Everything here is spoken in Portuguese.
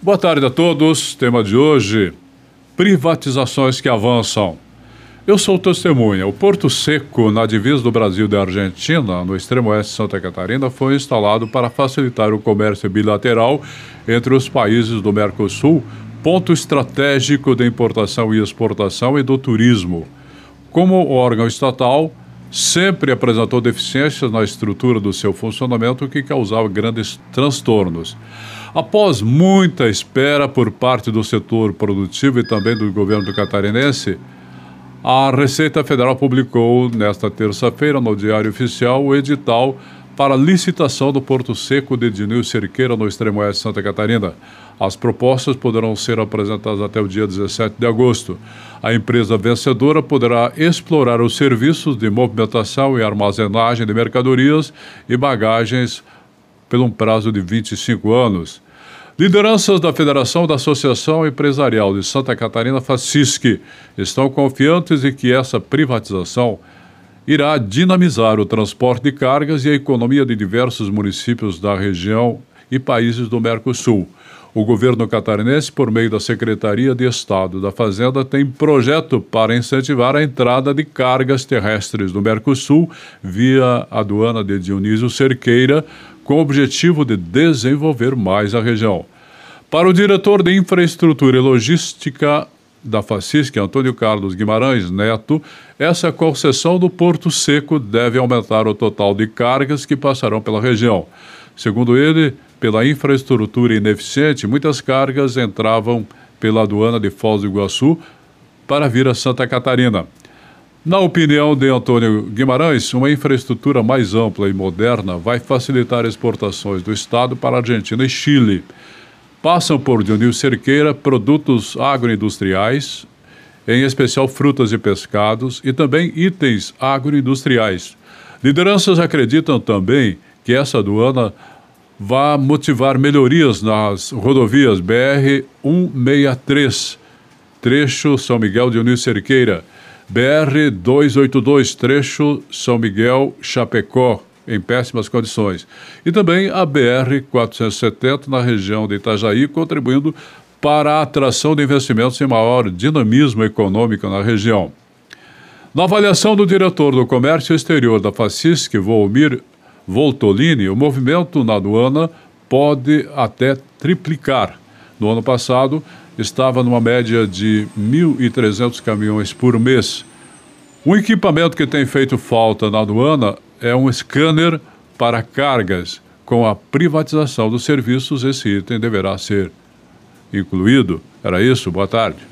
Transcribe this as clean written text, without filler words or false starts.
Boa tarde a todos. Tema de hoje: privatizações que avançam. Eu sou testemunha. O Porto Seco, na divisa do Brasil e da Argentina, no extremo oeste de Santa Catarina, foi instalado para facilitar o comércio bilateral entre os países do Mercosul, ponto estratégico de importação e exportação e do turismo. Como órgão estatal, sempre apresentou deficiências na estrutura do seu funcionamento que causava grandes transtornos. Após muita espera por parte do setor produtivo e também do governo catarinense, a Receita Federal publicou nesta terça-feira no Diário Oficial o edital para licitação do Porto Seco de Ednil Cerqueira, no extremo oeste de Santa Catarina. As propostas poderão ser apresentadas até o dia 17 de agosto. A empresa vencedora poderá explorar os serviços de movimentação e armazenagem de mercadorias e bagagens por um prazo de 25 anos. Lideranças da Federação da Associação Empresarial de Santa Catarina, FACISC, estão confiantes de que essa privatização irá dinamizar o transporte de cargas e a economia de diversos municípios da região e países do Mercosul. O governo catarinense, por meio da Secretaria de Estado da Fazenda, tem projeto para incentivar a entrada de cargas terrestres do Mercosul via a aduana de Dionísio Cerqueira, com o objetivo de desenvolver mais a região. Para o diretor de Infraestrutura e Logística da FACISC, Antônio Carlos Guimarães Neto, essa concessão do Porto Seco deve aumentar o total de cargas que passarão pela região. Segundo ele, pela infraestrutura ineficiente, muitas cargas entravam pela aduana de Foz do Iguaçu para vir a Santa Catarina. Na opinião de Antônio Guimarães, uma infraestrutura mais ampla e moderna vai facilitar exportações do estado para a Argentina e Chile. Passam por Dionísio Cerqueira produtos agroindustriais, em especial frutas e pescados, e também itens agroindustriais. Lideranças acreditam também que essa aduana vai motivar melhorias nas rodovias BR-163, trecho São Miguel-Dionísio Cerqueira, BR-282, trecho São Miguel-Chapecó, em péssimas condições, e também a BR-470 na região de Itajaí, contribuindo para a atração de investimentos e maior dinamismo econômico na região. Na avaliação do diretor do Comércio Exterior da FACISC, Volmir Voltolini, o movimento na aduana pode até triplicar. No ano passado, estava numa média de 1.300 caminhões por mês. Um equipamento que tem feito falta na aduana é um scanner para cargas. Com a privatização dos serviços, esse item deverá ser incluído. Era isso, boa tarde.